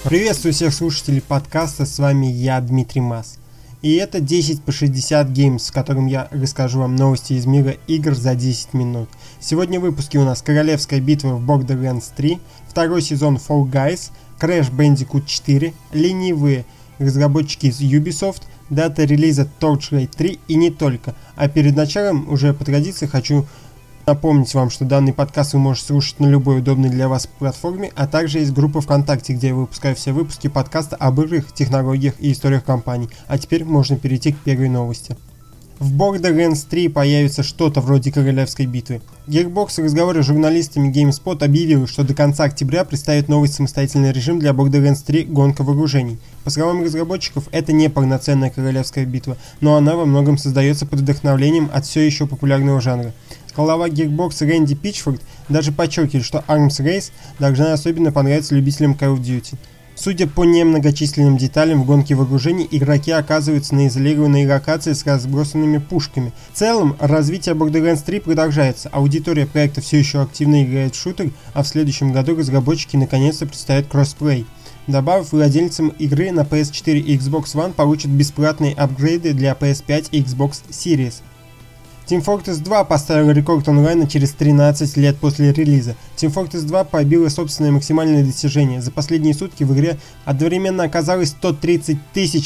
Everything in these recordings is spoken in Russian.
Приветствую всех слушателей подкаста, с вами я, Дмитрий Мас. И это 10 по 60 Games, в котором я расскажу вам новости из мира игр за 10 минут. Сегодня в выпуске у нас Королевская битва в Borderlands 3, второй сезон Fall Guys, Crash Bandicoot 4, ленивые разработчики из Ubisoft, дата релиза Torchlight 3 и не только. А перед началом, уже по традиции, хочу напомнить вам, что данный подкаст вы можете слушать на любой удобной для вас платформе, а также есть группа ВКонтакте, где я выпускаю все выпуски подкаста об играх, технологиях и историях компаний. А теперь можно перейти к первой новости. В Borderlands 3 появится что-то вроде Королевской битвы. Gearbox в разговоре с журналистами GameSpot объявил, что до конца октября представит новый самостоятельный режим для Borderlands 3 «Гонка вооружений». По словам разработчиков, это не полноценная Королевская битва, но она во многом создается под вдохновением от все еще популярного жанра. Глава Gearbox Рэнди Пичфорд даже подчеркивает, что Arms Race должна особенно понравиться любителям Call of Duty. Судя по немногочисленным деталям в гонке вооружений, игроки оказываются на изолированной локации с разбросанными пушками. В целом, развитие Borderlands 3 продолжается, аудитория проекта все еще активно играет в шутер, а в следующем году разработчики наконец-то представят кроссплей. Добавив, владельцам игры на PS4 и Xbox One получат бесплатные апгрейды для PS5 и Xbox Series. Team Fortress 2 поставила рекорд онлайна через 13 лет после релиза. Team Fortress 2 побила собственное максимальное достижение. За последние сутки в игре одновременно оказалось 130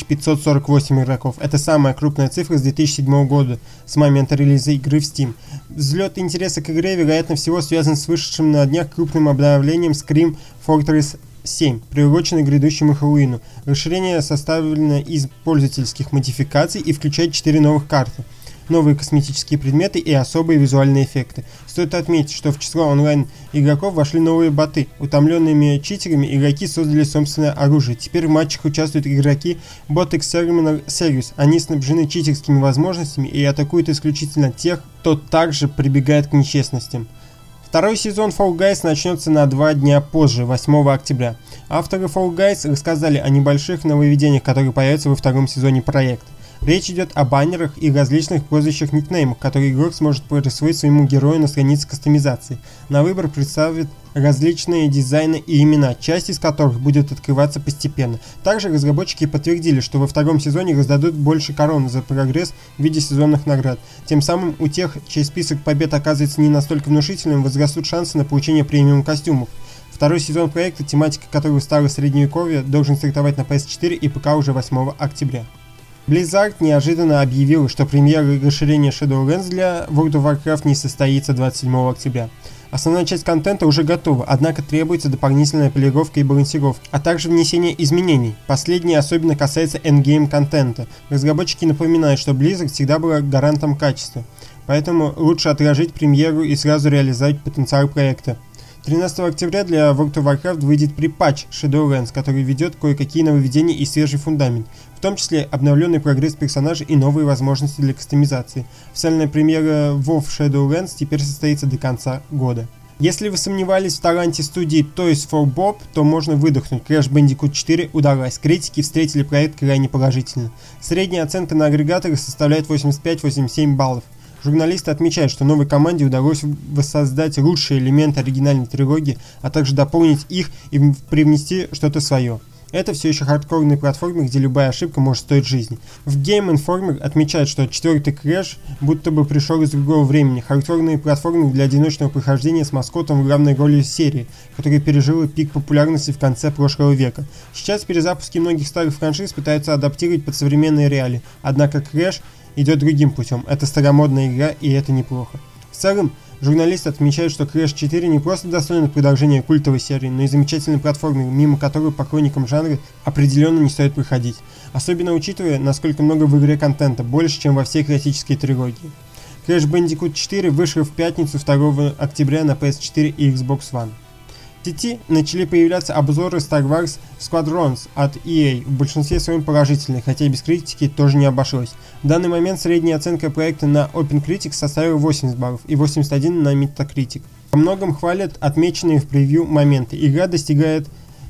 548 игроков. Это самая крупная цифра с 2007 года, с момента релиза игры в Steam. Взлет интереса к игре, вероятно всего, связан с вышедшим на днях крупным обновлением Scream Fortress 7, приуроченный к грядущему Хэллоуину. Расширение составлено из пользовательских модификаций и включает 4 новых карты, новые косметические предметы и особые визуальные эффекты. Стоит отметить, что в число онлайн-игроков вошли новые боты. Утомленными читерами игроки создали собственное оружие. Теперь в матчах участвуют игроки Bot Exterminator Series. Они снабжены читерскими возможностями и атакуют исключительно тех, кто также прибегает к нечестностям. Второй сезон Fall Guys начнется на 2 дня позже, 8 октября. Авторы Fall Guys рассказали о небольших нововведениях, которые появятся во втором сезоне проекта. Речь идет о баннерах и различных прозвищах-никнеймах, которые игрок сможет присвоить своему герою на странице кастомизации. На выбор представят различные дизайны и имена, часть из которых будет открываться постепенно. Также разработчики подтвердили, что во втором сезоне раздадут больше корон за прогресс в виде сезонных наград. Тем самым у тех, чей список побед оказывается не настолько внушительным, возрастут шансы на получение премиум костюмов. Второй сезон проекта, тематика которого стала средневековье, должен стартовать на PS4 и ПК уже 8 октября. Blizzard неожиданно объявила, что премьера расширения Shadowlands для World of Warcraft не состоится 27 октября. Основная часть контента уже готова, однако требуется дополнительная полировка и балансировка, а также внесение изменений. Последнее особенно касается эндгейм контента. Разработчики напоминают, что Blizzard всегда была гарантом качества, поэтому лучше отложить премьеру и сразу реализовать потенциал проекта. 13 октября для World of Warcraft выйдет припатч Shadowlands, который ведет кое-какие нововведения и свежий фундамент, в том числе обновленный прогресс персонажей и новые возможности для кастомизации. Официальная премьера WoW Shadowlands теперь состоится до конца года. Если вы сомневались в таланте студии Toys for Bob, то можно выдохнуть. Crash Bandicoot 4 удалась. Критики встретили проект крайне положительно. Средняя оценка на агрегаторах составляет 85-87 баллов. Журналисты отмечают, что новой команде удалось воссоздать лучшие элементы оригинальной трилогии, а также дополнить их и привнести что-то свое. Это все еще хардкорный платформер, где любая ошибка может стоить жизни. В Game Informer отмечают, что четвертый Crash будто бы пришел из другого времени. Хардкорный платформер для одиночного прохождения с маскотом в главной роли серии, которая пережила пик популярности в конце прошлого века. Сейчас перезапуски многих старых франшиз пытаются адаптировать под современные реалии, однако Crash идет другим путем. Это старомодная игра, и это неплохо. В целом, журналисты отмечают, что Crash 4 не просто достойно продолжения культовой серии, но и замечательный платформер, мимо которого поклонникам жанра определенно не стоит проходить. Особенно учитывая, насколько много в игре контента, больше, чем во всей классической трилогии. Crash Bandicoot 4 вышел в пятницу 2 октября на PS4 и Xbox One. В сети начали появляться обзоры Star Wars Squadrons от EA, в большинстве своем положительные, хотя и без критики тоже не обошлось. В данный момент средняя оценка проекта на OpenCritic составила 80 баллов и 81 на Metacritic. Во многом хвалят отмеченные в превью моменты. Игра достигает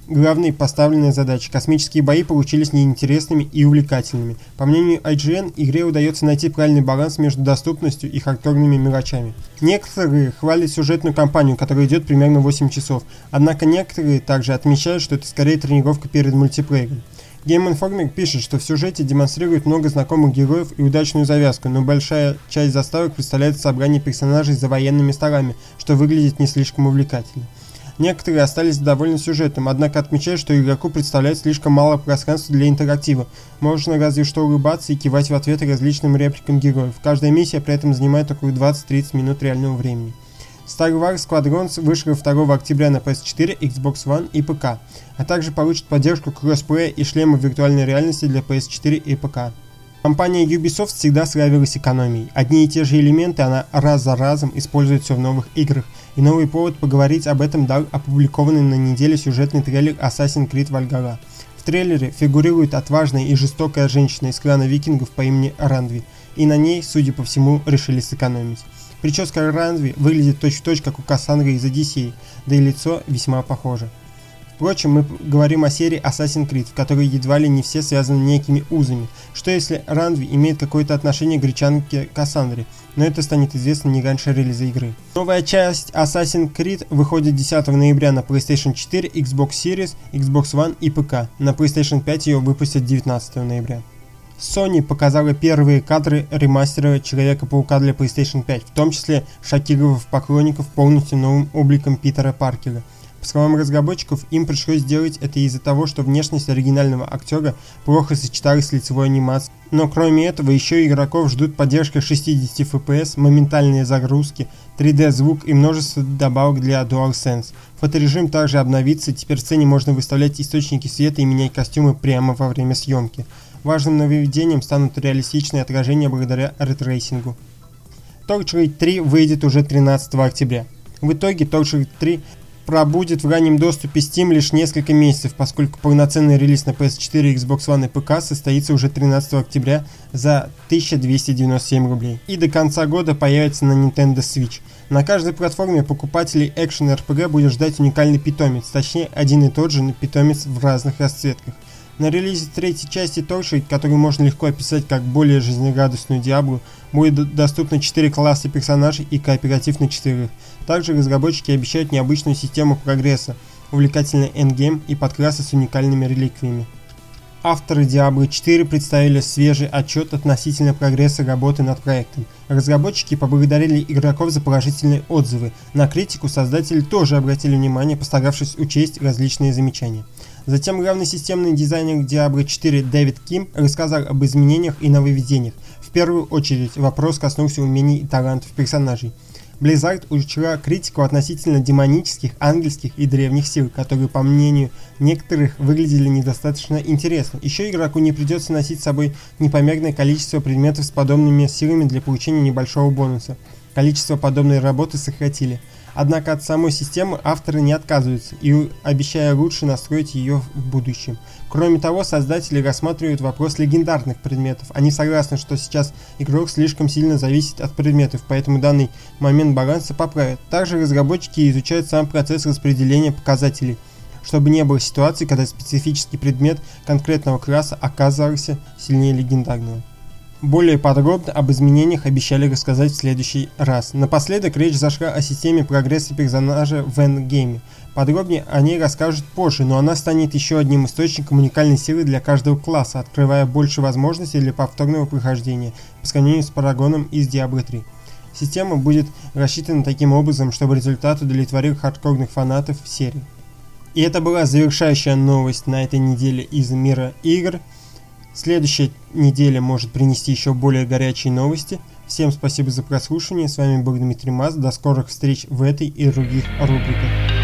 главной поставленной задачей. Космические бои получились неинтересными и увлекательными. По мнению IGN, игре удается найти правильный баланс между доступностью и хардкорными мелочами. Некоторые хвалят сюжетную кампанию, которая идет примерно 8 часов, однако некоторые также отмечают, что это скорее тренировка перед мультиплеером. Game Informer пишет, что в сюжете демонстрирует много знакомых героев и удачную завязку, но большая часть заставок представляет собрание персонажей за военными столами, что выглядит не слишком увлекательно. Некоторые остались довольны сюжетом, однако отмечают, что игроку представляет слишком мало пространства для интерактива. Можно разве что улыбаться и кивать в ответ различным репликам героев. Каждая миссия при этом занимает около 20-30 минут реального времени. Star Wars Squadrons вышел 2 октября на PS4, Xbox One и ПК, а также получит поддержку кроссплея и шлемов виртуальной реальности для PS4 и ПК. Компания Ubisoft всегда славилась экономией. Одни и те же элементы она раз за разом использует все в новых играх, и новый повод поговорить об этом дал опубликованный на неделе сюжетный трейлер Assassin's Creed Valhalla. В трейлере фигурирует отважная и жестокая женщина из клана викингов по имени Рандви, и на ней, судя по всему, решили сэкономить. Прическа Рандви выглядит точь-в-точь, как у Кассандры из Одиссеи, да и лицо весьма похоже. Впрочем, мы говорим о серии Assassin's Creed, в которой едва ли не все связаны некими узами. Что если Рандви имеет какое-то отношение к гречанке Кассандре, но это станет известно не раньше релиза игры. Новая часть Assassin's Creed выходит 10 ноября на PlayStation 4, Xbox Series, Xbox One и ПК. На PlayStation 5 ее выпустят 19 ноября. Sony показала первые кадры ремастера Человека-паука для PlayStation 5, в том числе шокировав поклонников полностью новым обликом Питера Паркера. По словам разработчиков, им пришлось сделать это из-за того, что внешность оригинального актера плохо сочеталась с лицевой анимацией. Но кроме этого, еще игроков ждут поддержка 60 FPS, моментальные загрузки, 3D-звук и множество добавок для DualSense. Фоторежим также обновится, теперь в сцене можно выставлять источники света и менять костюмы прямо во время съемки. Важным нововведением станут реалистичные отражения благодаря рейтрейсингу. Torchlight 3 выйдет уже 13 октября. В итоге Torchlight 3 пробудет в раннем доступе Steam лишь несколько месяцев, поскольку полноценный релиз на PS4, Xbox One и ПК состоится уже 13 октября за 1297 рублей. И до конца года появится на Nintendo Switch. На каждой платформе покупателей экшен RPG будет ждать уникальный питомец, точнее один и тот же питомец в разных расцветках. На релизе третьей части Torchlight, которую можно легко описать как более жизнерадостную Диаблу, будет доступно 4 класса персонажей и кооператив на 4. Также разработчики обещают необычную систему прогресса, увлекательный эндгейм и подклассы с уникальными реликвиями. Авторы Diablo 4 представили свежий отчет относительно прогресса работы над проектом. Разработчики поблагодарили игроков за положительные отзывы. На критику создатели тоже обратили внимание, постаравшись учесть различные замечания. Затем главный системный дизайнер Diablo 4 Дэвид Ким рассказал об изменениях и нововведениях. В первую очередь вопрос коснулся умений и талантов персонажей. Blizzard учла критику относительно демонических, ангельских и древних сил, которые, по мнению некоторых, выглядели недостаточно интересно. Еще игроку не придется носить с собой непомерное количество предметов с подобными силами для получения небольшого бонуса. Количество подобной работы сократили. Однако от самой системы авторы не отказываются и обещая лучше настроить ее в будущем. Кроме того, создатели рассматривают вопрос легендарных предметов. Они согласны, что сейчас игрок слишком сильно зависит от предметов, поэтому данный момент баланса поправят. Также разработчики изучают сам процесс распределения показателей, чтобы не было ситуации, когда специфический предмет конкретного класса оказывался сильнее легендарного. Более подробно об изменениях обещали рассказать в следующий раз. Напоследок речь зашла о системе прогресса персонажа в эндгейме. Подробнее о ней расскажут позже, но она станет еще одним источником уникальной силы для каждого класса, открывая больше возможностей для повторного прохождения по сравнению с Парагоном из Diablo 3. Система будет рассчитана таким образом, чтобы результат удовлетворил хардкорных фанатов серии. И это была завершающая новость на этой неделе из мира игр. Следующая неделя может принести еще более горячие новости. Всем спасибо за прослушивание. С вами был Дмитрий Маз. До скорых встреч в этой и других рубриках.